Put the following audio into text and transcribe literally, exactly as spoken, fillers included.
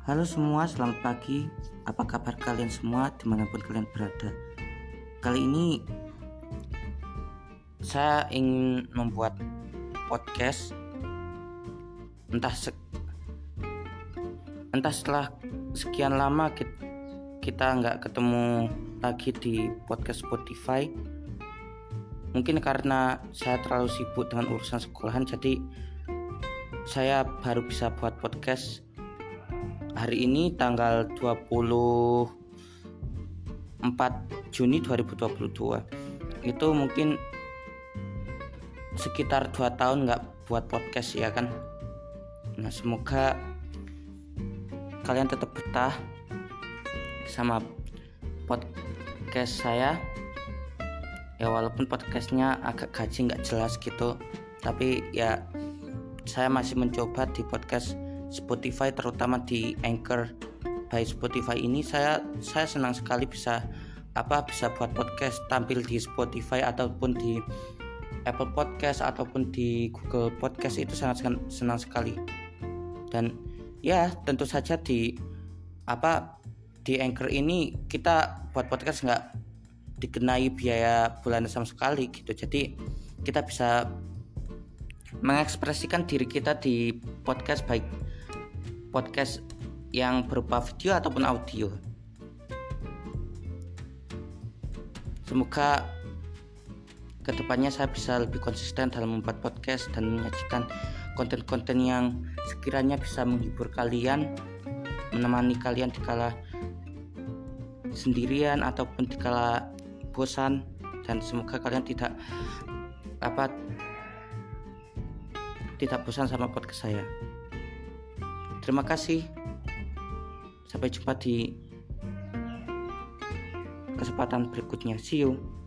Halo semua, selamat pagi. Apa kabar kalian semua dimanapun kalian berada? Kali ini saya ingin membuat podcast. Entah se- entah setelah sekian lama kita nggak ketemu lagi di podcast Spotify. Mungkin karena saya terlalu sibuk dengan urusan sekolahan, jadi saya baru bisa buat podcast hari ini tanggal dua puluh empat Juni dua ribu dua puluh dua. Itu mungkin sekitar dua tahun gak buat podcast ya kan. Nah, semoga kalian tetap betah sama podcast saya. Ya walaupun podcastnya agak gaji gak jelas gitu, tapi ya saya masih mencoba di podcast Spotify, terutama di Anchor by Spotify ini. Saya saya senang sekali bisa apa bisa buat podcast tampil di Spotify ataupun di Apple Podcast ataupun di Google Podcast. Itu sangat senang sekali. Dan ya tentu saja di apa di Anchor ini kita buat podcast nggak dikenai biaya bulanan sama sekali gitu. Jadi kita bisa mengekspresikan diri kita di podcast, baik podcast yang berupa video ataupun audio. Semoga kedepannya saya bisa lebih konsisten dalam membuat podcast dan menyajikan konten-konten yang sekiranya bisa menghibur kalian, menemani kalian dikala sendirian ataupun dikala bosan, dan semoga kalian tidak apa tidak bosan sama podcast saya. Terima kasih. Sampai jumpa di kesempatan berikutnya. See you.